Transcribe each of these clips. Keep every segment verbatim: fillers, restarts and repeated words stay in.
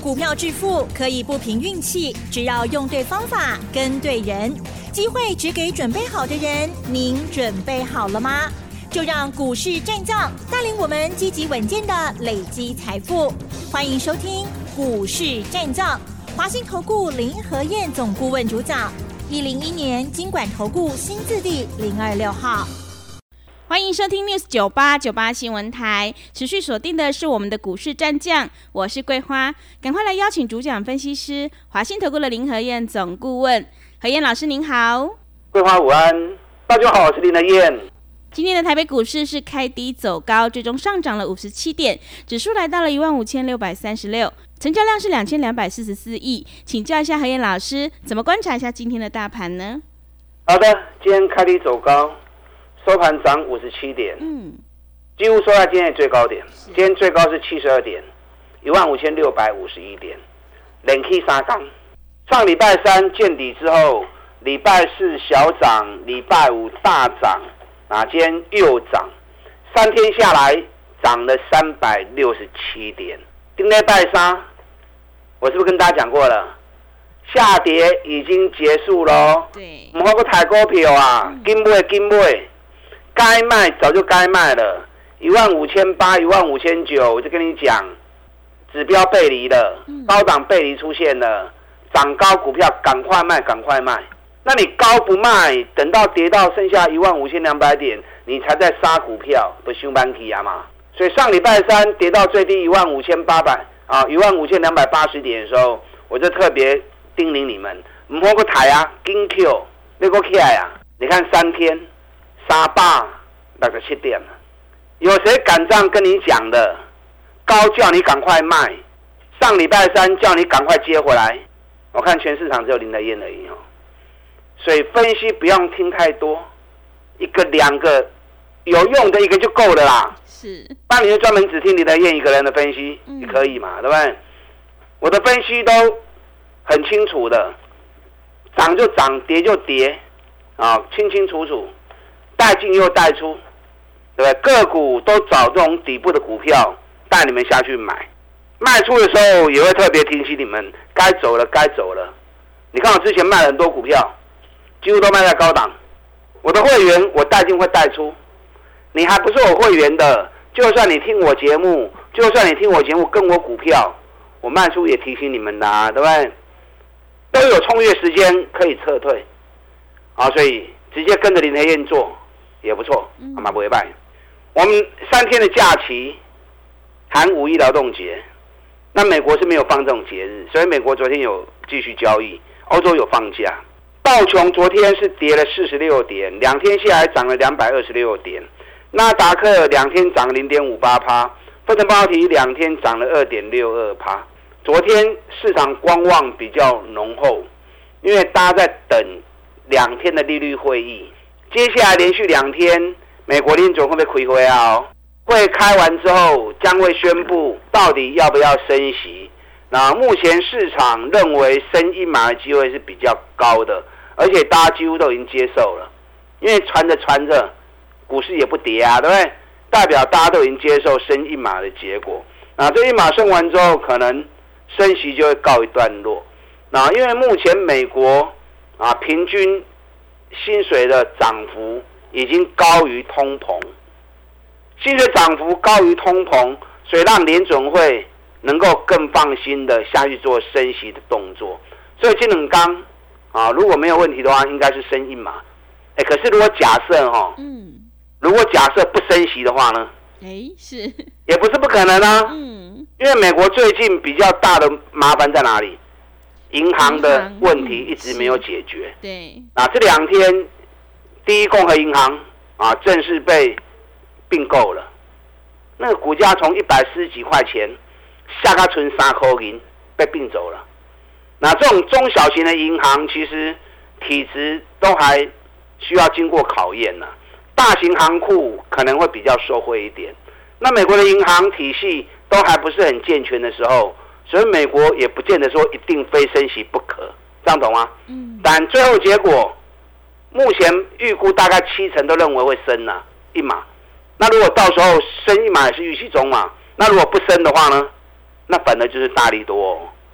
股票致富可以不凭运气，只要用对方法跟对人，机会只给准备好的人。您准备好了吗？就让股市战将带领我们积极稳健的累积财富。欢迎收听股市战将，华信投顾林和彥总顾问主讲，一零一年金管投顾新字第零二六号。 欢迎收听 News 九八九八新闻台，持续锁定的是我们的股市战将，我是桂花，赶快来邀请主讲分析师华信投顾的林和彥总顾问。和彥老师您好。 桂花午安，大家好，我是林和彥。 今天的台北股市是开低走高，最终上涨了五十七点，指数来到了一万五千六百三十六，成交量是两千两百四十四亿。请教一下和彥老师，怎么观察一下今天的大盘呢？ 好的，今天开低走高，收盘涨五十七点，嗯，几乎收在今天的最高点。今天最高是七十二点，一万五千六百五十一点，连续三天。上礼拜三见底之后，礼拜四小涨，礼拜五大涨，啊，今天又涨，三天下来涨了三百六十七点。今天礼拜三，我是不是跟大家讲过了？下跌已经结束了，对，我们个台股票啊，紧买紧买。该卖早就该卖了，一万五千八、一万五千九，我就跟你讲，指标背离了，高档背离出现了，涨高股票赶快卖，赶快卖。那你高不卖，等到跌到剩下一万五千两百点，你才在杀股票，不凶班起啊嘛。所以上礼拜三跌到最低一万五千八百啊，一万五千两百八十点的时候，我就特别叮咛你们，唔好个抬啊，紧 Q， 你个起来啊！你看三天。三百六十七点了，有谁敢这样跟你讲的？高叫你赶快卖，上礼拜三叫你赶快接回来。我看全市场只有林和彥而已哦。所以分析不用听太多，一个两个有用的一个就够了啦。是，那你就专门只听林和彥一个人的分析，嗯、也可以嘛，对不对？我的分析都很清楚的，涨就涨，跌就跌，啊，清清楚楚。带进又带出，对不对？个股都找这种底部的股票带你们下去买，卖出的时候也会特别提醒你们该走了，该走了。你看我之前卖了很多股票，几乎都卖在高档。我的会员我带进会带出，你还不是我会员的，就算你听我节目，就算你听我节目跟我股票，我卖出也提醒你们的、啊，对不对？都有充裕时间可以撤退，啊，所以直接跟着林和彥做。也不错，阿妈不会败。我们三天的假期，含五一劳动节，那美国是没有放这种节日，所以美国昨天有继续交易，欧洲有放假。道琼昨天是跌了四十六点，两天下来涨了两百二十六点。纳达克两天涨零点五八趴，费城半导体两天涨了二点六二趴。昨天市场观望比较浓厚，因为大家在等两天的利率会议。接下来连续两天，美国联准会不会开会啊？会开完之后，将会宣布到底要不要升息。那目前市场认为升一码的机会是比较高的，而且大家几乎都已经接受了，因为传着传着，股市也不跌啊，对不对？代表大家都已经接受升一码的结果。那这一码升完之后，可能升息就会告一段落。那因为目前美国啊平均薪水的涨幅已经高于通膨，薪水涨幅高于通膨，所以让联准会能够更放心的下去做升息的动作。所以金冷刚啊，如果没有问题的话，应该是升一码。哎，可是如果假设哈、哦，嗯，如果假设不升息的话呢？ 哎，是， 也不是不可能啊。嗯，因为美国最近比较大的麻烦在哪里？银行的问题一直没有解决。嗯、对，啊，这两天第一共和银行啊正式被并购了，那个股价从一百四十几块钱下个存三块银被并走了。那这种中小型的银行其实体质都还需要经过考验呢、啊，大型行库可能会比较受惠一点。那美国的银行体系都还不是很健全的时候。所以美国也不见得说一定非升息不可，这样懂吗？嗯。但最后结果，目前预估大概七成都认为会升啊一码。那如果到时候升一码也是预期中嘛，那如果不升的话呢，那反而就是大利多哦。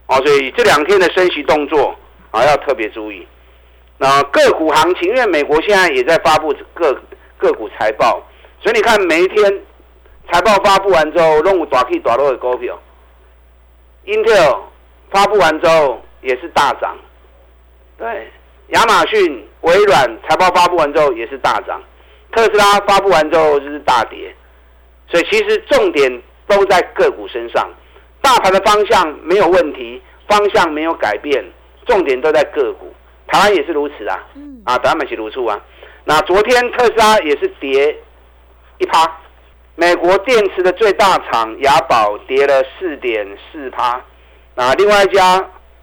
哦，所以这两天的升息动作啊要特别注意。那个股行情，因为美国现在也在发布个个股财报，所以你看每一天财报发布完之后，弄有大起大落的股票。Intel 发布完之后也是大涨，对，亚马逊、微软财报发布完之后也是大涨，特斯拉发布完之后就是大跌，所以其实重点都在个股身上，大盘的方向没有问题，方向没有改变，重点都在个股。台湾也是如此啊，啊，台湾也是如此啊。那昨天特斯拉也是跌一趴，美国电池的最大厂雅宝跌了四点四趴，那另外一家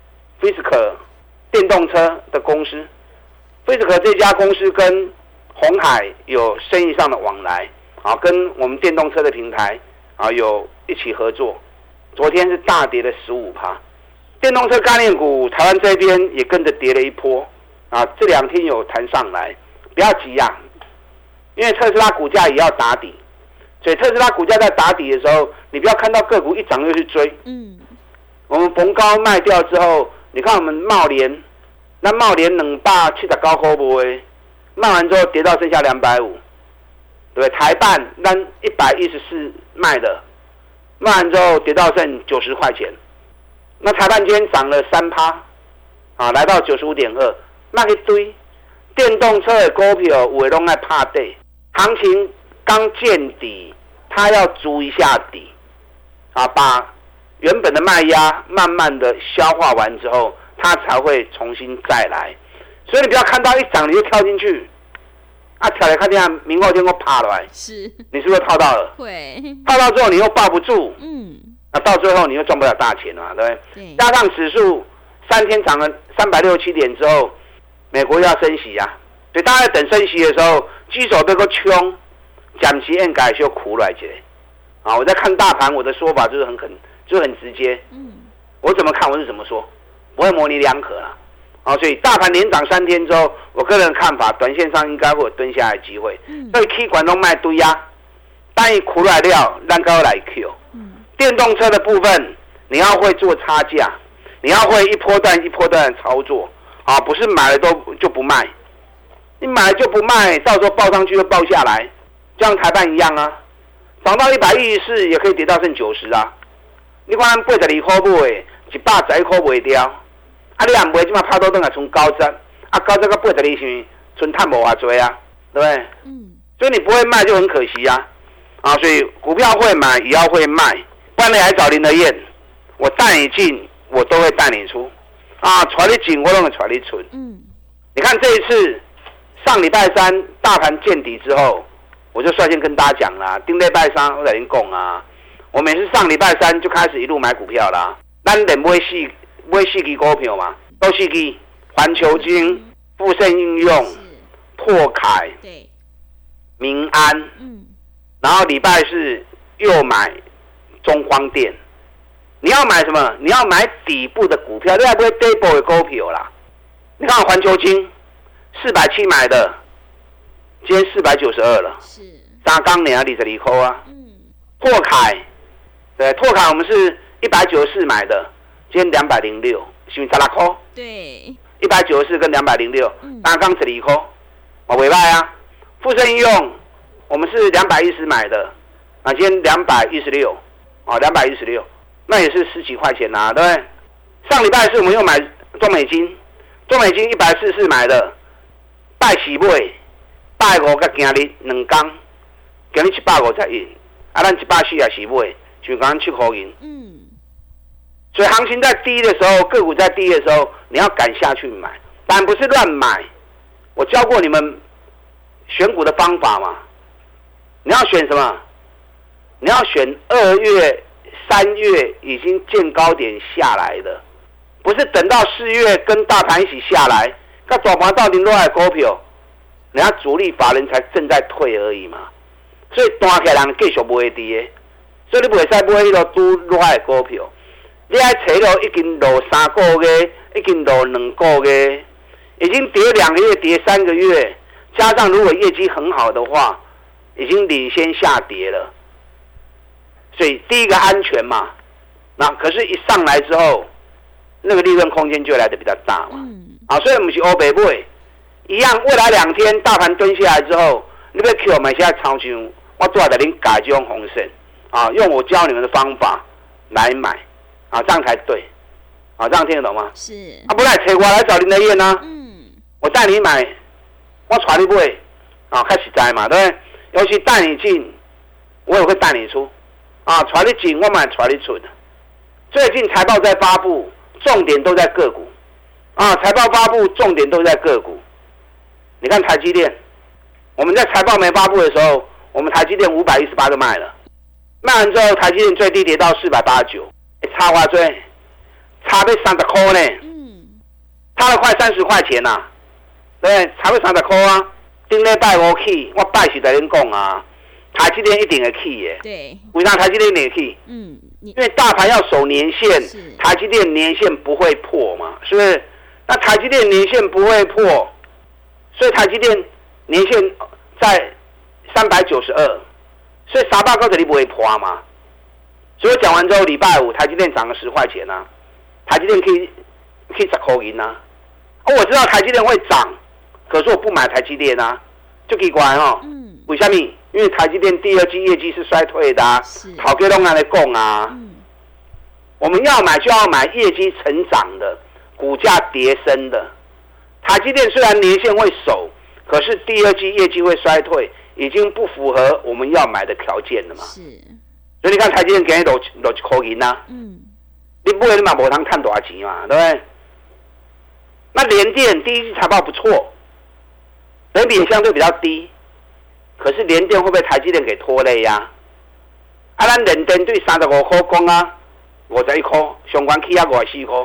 Fisker 电动车的公司 ，Fisker 这家公司跟鸿海有生意上的往来，啊，跟我们电动车的平台啊有一起合作，昨天是大跌了十五趴。电动车概念股，台湾这边也跟着跌了一波，啊，这两天有弹上来，不要急啊，因为特斯拉股价也要打底，所以特斯拉股价在打底的时候，你不要看到个股一涨就去追。嗯，我们逢高卖掉之后，你看我们茂联，那茂联两百七十九块卖，卖完之后跌到剩下两百五，对，台半那一百一十四卖的，卖完之后跌到剩九十块钱。那台半今天涨了三趴，啊，来到九十五点二，卖一堆电动车的股票，有的都在怕底，行情刚见底，它要筑一下底，啊，把原本的卖压慢慢的消化完之后，它才会重新再来。所以你不要看到一涨你就跳进去，啊，跳来看见明后天我爬来，是，你是不是套到了？会，套到之后你又抱不住，嗯。那到最后你又赚不了大钱了嘛，对不对？对。加上指数三天涨了三百六十七点之后，美国要升息啊，所以大家在等升息的时候，举手被个冲，暂时应该就苦来着。啊，我在看大盘，我的说法就是很很就是很直接。嗯。我怎么看我是怎么说，不会模棱两可啦。啊，所以大盘连涨三天之后，我个人的看法，短线上应该会有蹲下来的机会。嗯。所以 K 管都卖堆啊，但一苦来料，让高来 Q。嗯。电动车的部分，你要会做差价，你要会一波段一波段的操作啊，不是买了都就不卖，你买了就不卖，到时候报上去就报下来，就像台半一样啊，涨到一百一十四也可以跌到剩九十啊。你看八十二块买，一百十一块卖掉，啊，你若卖即马拍到等下剩九十，啊，九十到八十二时，剩赚无偌多啊，对不对？嗯。所以你不会卖就很可惜啊，啊，所以股票会买也要会卖。不然你来找林德燕，我带你进，我都会带你出，啊，带你进我都会带你出。嗯，你看这一次上礼拜三大盘见底之后，我就率先跟大家讲啦，顶礼拜三我在您讲啊，我每次上礼拜三就开始一路买股票啦，咱得买四买四支股票嘛，都四支，环球晶、富盛应用、拓凯、对、民安，嗯，然后礼拜四又买中光电，你要买什么？你要买底部的股票，你还不会底部的股票啦。你看环球晶四百七买的，今天四百九十二了，是三刚年啊，二十二块啊。嗯，拓凯，对，拓凯我们是一百九十四买的，今天两百零六，是不是十六块？对，一百九十四跟两百零六，三刚十二块，我尾拜啊。富盛应用我们是两百一十买的，啊，今天两百一十六。哦，两百一十六，那也是十几块钱呐、啊，对不对？上礼拜四我们又买中美金，中美金一百四十四买的，拜喜买，拜五甲今日两天，今日一百五十一，啊，咱一百四也是买，就刚七块银。嗯。所以行情在低的时候，个股在低的时候，你要敢下去买，但不是乱买。我教过你们选股的方法嘛，你要选什么？你要选二月、三月已经见高点下来的，不是等到四月跟大盘一起下来，那大盘到底落来股票，人家主力法人才正在退而已嘛。所以单起来人继续买跌的，所以你不会使买迄个拄落来股票，你爱找到已经落三个月，已经落两个月，已经跌两个月、跌三个月，加上如果业绩很好的话，已经领先下跌了。所以第一个安全嘛，那可是一上来之后， 那个利润空间就来得比较大嘛。嗯、啊，所以我们是欧北买一样，未来两天大盘蹲下来之后，你要 Q 买现在超级，我做的您改这种红线啊，用我教你们的方法来买啊，这样才对啊，这样听得懂吗？ 是啊，不来找我来找林德燕呢？嗯，我带你买，我带你买啊，开始在嘛，对不对？尤其带你进，我也会带你出啊，带你进，我买带你出。最近财报在发布，重点都在个股啊，财报发布重点都在个股。你看台积电，我们在财报没发布的时候，我们台积电五百一十八就卖了，卖完之后台积电最低跌到四百八十九，差多少？差被三十块呢，嗯，差了快三十块钱呐、啊，对，差被三十块啊。顶礼拜五起，我拜是在恁讲啊，台积电一定会起的。 对， 为啥台积电会起？嗯，因为大盘要守年线，台积电年线不会破嘛，是不是？那台积电年线不会破，所以台积电年线在三百九十二，所以三百九十你不会破嘛。所以我讲完之后，礼拜五台积电涨了十块钱啊，台积电可以可以十块银啊。哦，我知道台积电会涨。可是我不买台积电啊，就奇怪哦。嗯。为什么？因为台积电第二季业绩是衰退的啊，好给拢来讲啊。嗯。我们要买就要买业绩成长的，股价跌升的。台积电虽然年线会守，可是第二季业绩会衰退，已经不符合我们要买的条件了嘛。是。所以你看台积电给你落落一块银啊。嗯。你买你嘛无通赚大钱嘛，对不对？那联电第一季财报不错。本比也相对比较低，可是联电会被台积电给拖累呀、啊？啊，咱联电对三十五块讲啊，五十一块，相关起啊五十四块，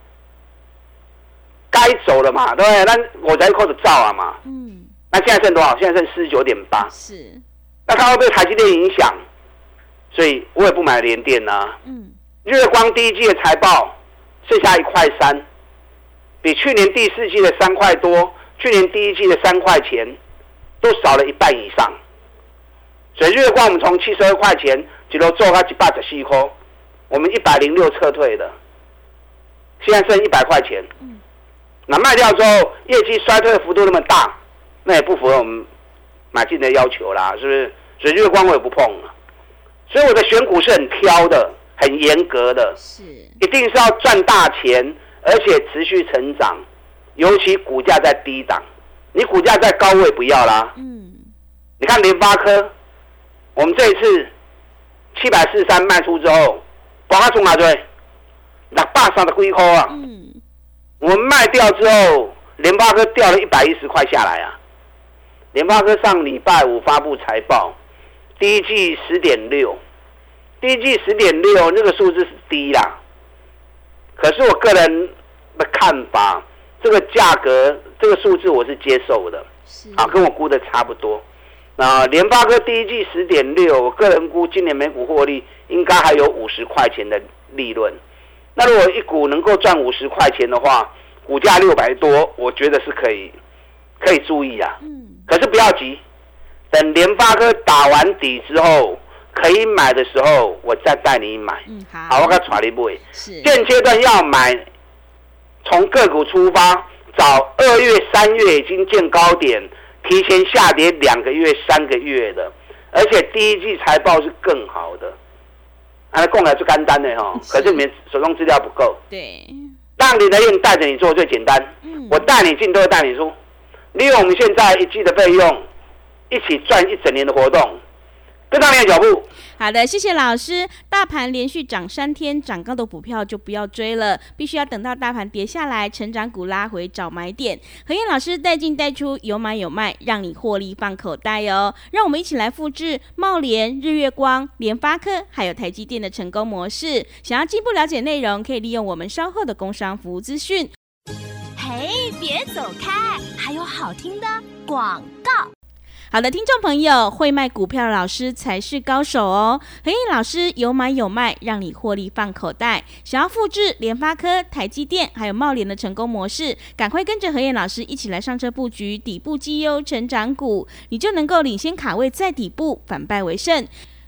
该走了嘛，对不对？咱五十一块就走啊嘛。嗯。那现在剩多少？现在剩四十九点八。是。那它会被台积电影响，所以我也不买联电啊。嗯。日光第一季的财报剩下一块三，比去年第四季的三块多。去年第一季的三块钱都少了一半以上，所以日光我们从七十二块钱一路做到一百十四块，我们一百零六撤退的，现在剩一百块钱。嗯，那卖掉之后，业绩衰退的幅度那么大，那也不符合我们买进的要求啦，是不是？所以日光我也不碰了。所以我的选股是很挑的，很严格的，是一定是要赚大钱，而且持续成长。尤其股价在低档，你股价在高位不要啦。嗯，你看联发科，我们这一次七百四十三卖出之后，把它从哪追？六百三十几块啊。嗯，我们卖掉之后，联发科掉了一百一十块下来啊。联发科上礼拜五发布财报，第一季十点六，第一季十点六那个数字是低啦。可是我个人的看法。这个价格，这个数字我是接受的，啊，跟我估的差不多。那联发科第一季十点六，我个人估今年每股获利应该还有五十块钱的利润。那如果一股能够赚五十块钱的话，股价六百多，我觉得是可以，可以注意啊。嗯。可是不要急，等联发科打完底之后，可以买的时候，我再带你买。嗯，好。好，我给带你买。是。现阶段要买。从个股出发，找二月、三月已经见高点，提前下跌两个月、三个月的，而且第一季财报是更好的。啊，供来就简单的哈，可是你们手中资料不够。对，让你的人带着你做最简单。嗯，我带你进都会带你出，利用我们现在一季的费用，一起赚一整年的活动，跟上你的脚步。 好的，谢谢老师。大盘连续涨三天，涨高的股票就不要追了，必须要等到大盘跌下来，成长股拉回找买点。和晏老师带进带出，有买有卖，让你获利放口袋哦。让我们一起来复制茂联、日月光、联发科还有台积电的成功模式。想要进一步了解内容，可以利用我们稍后的工商服务资讯。 嘿，别走开，还有好听的广告。 好的，听众朋友，会卖股票的老师才是高手哦。和晏老师有买有卖，让你获利放口袋。想要复制联发科、台积电还有茂联的成功模式，赶快跟着和晏老师一起来上车布局底部绩优成长股，你就能够领先卡位在底部，反败为胜。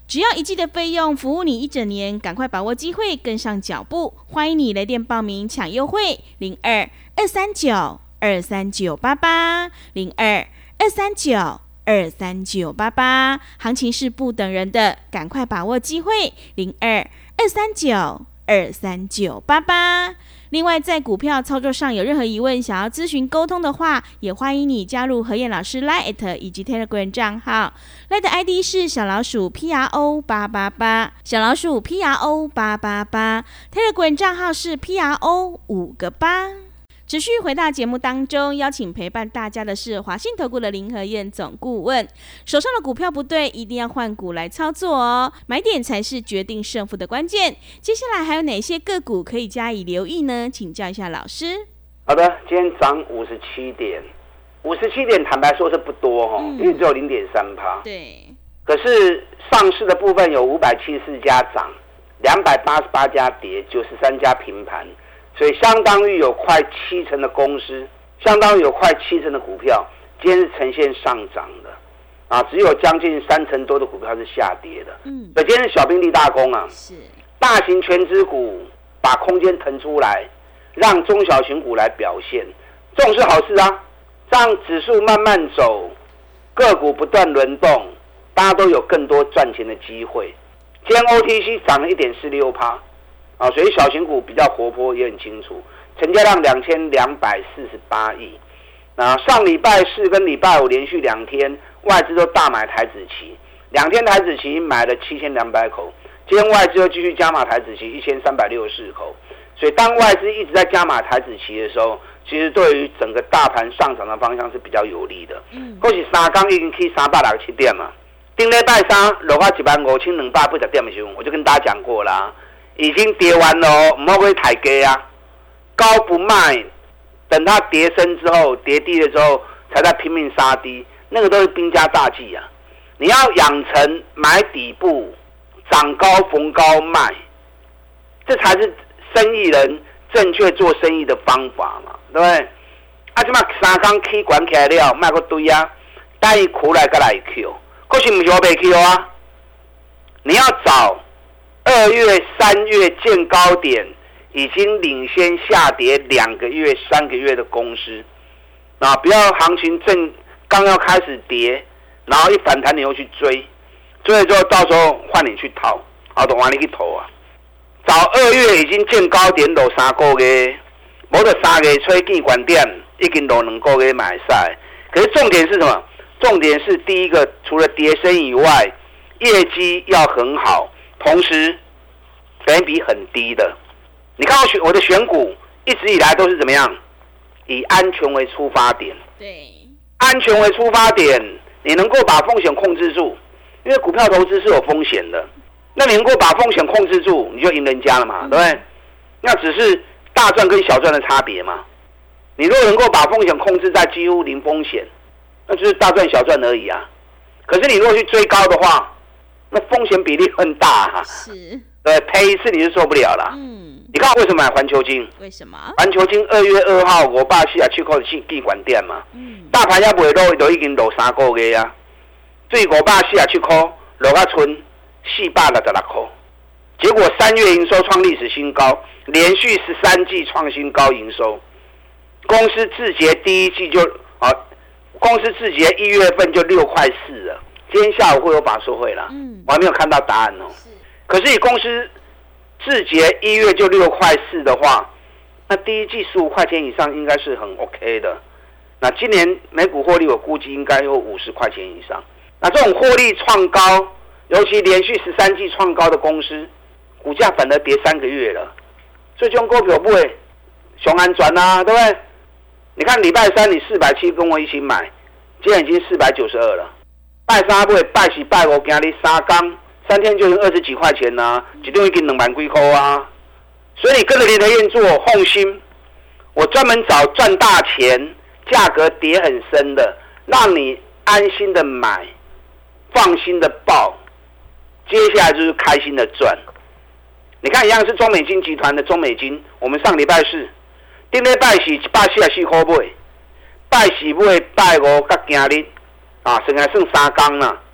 只要一季的费用，服务你一整年，赶快把握机会，跟上脚步。欢迎你来电报名抢优惠，零二二三九二三九八八，零二二三九二三九八八。行情是不等人的，赶快把握机会，零二二三九二三九八八。另外，在股票操作上有任何疑问，想要咨询沟通的话，也欢迎你加入何燕老师 Line 以及 Telegram 账号。Line 的 I D 是小老鼠 P R O 八八八，小老鼠 P R O 八八八。Telegram 账号是 P R O 五个八。持续回到节目当中，邀请陪伴大家的是华信投顾的林和燕总顾问。手上的股票不对，一定要换股来操作哦，买点才是决定胜负的关键。接下来还有哪些个股可以加以留意呢？请教一下老师。 好的，今天涨五十七点，五十七点坦白说是不多哈、嗯，因为只有 零点三趴。 对。 可是上市的部分有五百七十四家涨，两百八十八家跌，九十三家平盘。所以相当于有快七成的公司，相当于有快七成的股票，今天是呈现上涨的，啊，只有将近三成多的股票是下跌的。嗯，所以今天是小兵立大功啊， 是大型全资股把空间腾出来，让中小型股来表现，这种是好事啊，让指数慢慢走，个股不断轮动，大家都有更多赚钱的机会。今天 O T C 涨了 一点四六趴。啊，所以小型股比较活泼，也很清楚。成交量两千两百四十八亿。那上礼拜四跟礼拜五连续两天，外资都大买台子期，两天台子期买了七千两百口。今天外资又继续加码台子期一千三百六十四口。所以当外资一直在加码台子期的时候，其实对于整个大盘上涨的方向是比较有利的。嗯，过去三天已经去三百六十七点嘛，顶礼拜三落到一万五千两百八十点的时候，我就跟大家讲过啦。已经跌完了哦，不要去抬价啊，高不卖，等它跌升之后，跌低了之后，才在拼命杀低，那个都是兵家大忌啊！你要养成买底部，涨高逢高卖，这才是生意人正确做生意的方法嘛，对不对？啊，这嘛三天起管起来了，卖个堆啊，等伊苦来再来 Q， 可是不是我没 Q 啊，你要找。二月、三月见高点，已经领先下跌两个月、三个月的公司，啊，不要行情正刚要开始跌，然后一反弹你又去追，追了之后到时候换你去逃，啊，都换你去投啊。早二月已经见高点落三个月，无就三月吹见关点，已经落两个月买晒。可是重点是什么？重点是第一个，除了跌升以外，业绩要很好。同时，本益比很低的，你看我选我的选股一直以来都是怎么样？以安全为出发点。 对， 安全为出发点，你能够把风险控制住，因为股票投资是有风险的。那你能够把风险控制住，你就赢人家了嘛，嗯、对不对？那只是大赚跟小赚的差别嘛。你如果能够把风险控制在几乎零风险，那就是大赚小赚而已啊。可是你如果去追高的话，那风险比例很大啊， 是， 对，赔一次你是受不了了。嗯，你看我为什么买环球金？ 为什么？ 环球金二月二号我爸四十七块去闭馆店嘛，嗯，大盘也未落，都已经落三个月啊，最五百四十七块落到剩四百六十六块，结果三月营收创历史新高，连续十三季创新高营收，公司自结第一季就啊，公司自结一月份就六块四了。今天下午会有法说会啦，嗯，我还没有看到答案哦。可是以公司自结一月就六块四的话，那第一季十五块钱以上应该是很 OK 的。那今年每股获利我估计应该有五十块钱以上。那这种获利创高，尤其连续十三季创高的公司，股价反而跌三个月了，所以这种股票不会熊安转啊，对不对？你看礼拜三你四百七跟我一起买，今天已经四百九十二了。拜三不会拜四拜五，今日三天三天就已经二十几块钱啦、啊，一顿已经两万几块啊！所以你跟着林德燕做，放心，我专门找赚大钱、价格跌很深的，让你安心的买，放心的报，接下来就是开心的赚。你看，一样是中美金集团的中美金，我们上礼拜四，顶礼拜是一百四十四块买，拜四买拜五，甲今日。啊，剩下剩三天啦，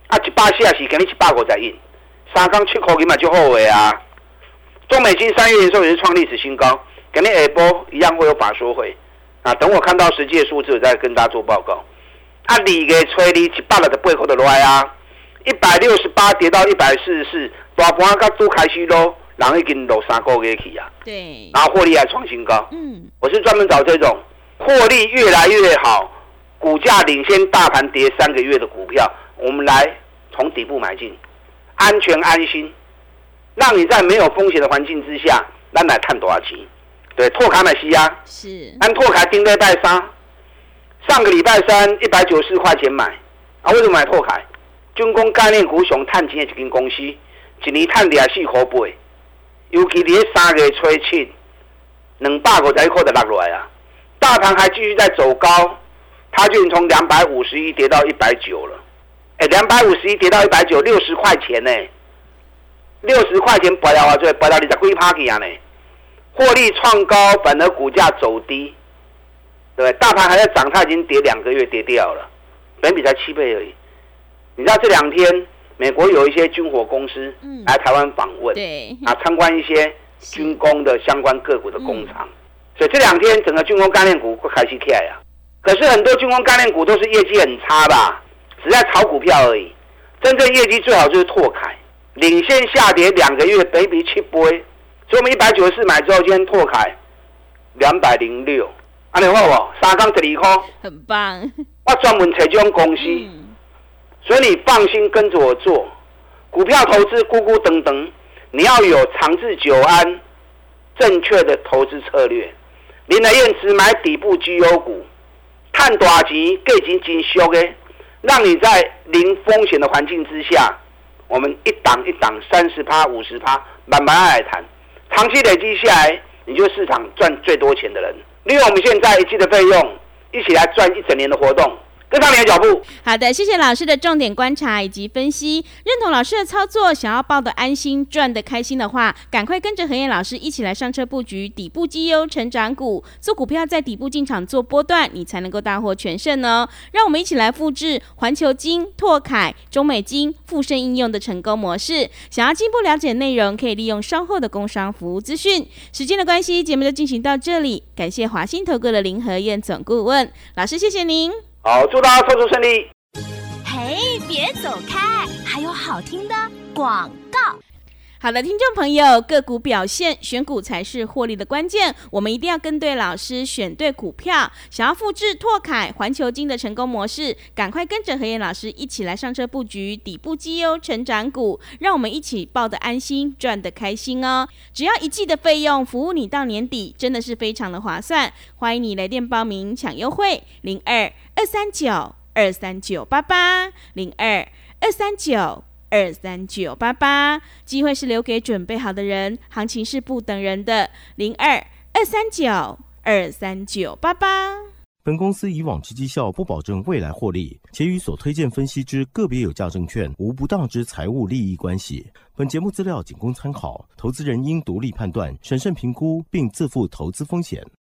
啊，一百四十四，今日一百五十印，三天七块银嘛就好个啊。中美金三月营收也是创历史新高，今日下晡一样会有法说会啊。等我看到实际的数字，我再跟大家做报告。啊，二月初二一百六十八块就落来啊，一百六十八跌到一百四十四，大盘甲都开始落，人已经落三个月去啊。 对。 然后获利还创新高。 嗯。 我是专门找这种获利越来越好，股价领先大盘跌三个月的股票，我们来从底部买进，安全安心，让你在没有风险的环境之下，咱来赚多少钱？对，拓凯买西啊， 是， 按拓凯顶礼拜三，上个礼拜三一百九十四块钱买，啊，为什么买拓凯？军工概念股上赚钱的一间公司，一年赚二十四块八，尤其伫三月初七，两百五十一块就落落来啊，大盘还继续在走高，它就已经从两百五十一跌到一百九了，哎，两百五十一跌到一百九，六十块钱呢、欸。六十块钱摆了啊，最摆到二十几趴去啊呢，获利创高，反而股价走低，对不对？大盘还在涨，它已经跌两个月跌掉了，本比才七倍而已。你知道这两天美国有一些军火公司来台湾访问， 对、 嗯、啊，参观一些军工的相关个股的工厂，嗯、所以这两天整个军工概念股会开始起来啊。可是很多军工概念股都是业绩很差吧，只在炒股票而已。真正业绩最好就是拓凯。领先下跌两个月，本益比七倍，所以我们一百九十四买之后，今天拓凯两百零六，安尼好不？三天十二块， 很棒。 我专门找这种公司，嗯、所以你放心跟着我做股票投资，咕咕等等，你要有长治久安、正确的投资策略。林来燕只买底部绩优股，赚大钱，价钱真俗的，让你在零风险的环境之下。我们一档一档三十趴、五十趴，慢慢来谈，长期累积下来，你就是市场赚最多钱的人。利用我们现在一季的费用，一起来赚一整年的活动。跟上你的脚步。 好的，谢谢老师的重点观察以及分析，认同老师的操作，想要抱得安心、赚得开心的话，赶快跟着何燕老师一起来上车布局底部绩优成长股，做股票在底部进场做波段，你才能够大获全胜哦。让我们一起来复制环球金、拓凯、中美金、富盛应用的成功模式。想要进一步了解内容，可以利用稍后的工商服务资讯。时间的关系，节目就进行到这里，感谢华信投顾的林和燕总顾问老师，谢谢您。 好，祝大家操作顺利。 嘿，别走开，还有好听的广告。 好的，听众朋友，个股表现，选股才是获利的关键。我们一定要跟对老师，选对股票。想要复制拓凯、环球金的成功模式，赶快跟着何燕老师一起来上车布局底部绩优成长股，让我们一起抱得安心，赚得开心哦。只要一季的费用，服务你到年底，真的是非常的划算。欢迎你来电报名抢优惠，零二二三九二三九八八零二二三九。二三九八八，机会是留给准备好的人，行情是不等人的。零二二三九二三九八八。 本公司以往之绩效不保证未来获利，且与所推荐分析之个别有价证券无不当之财务利益关系。本节目资料仅供参考，投资人应独立判断、审慎评估，并自负投资风险。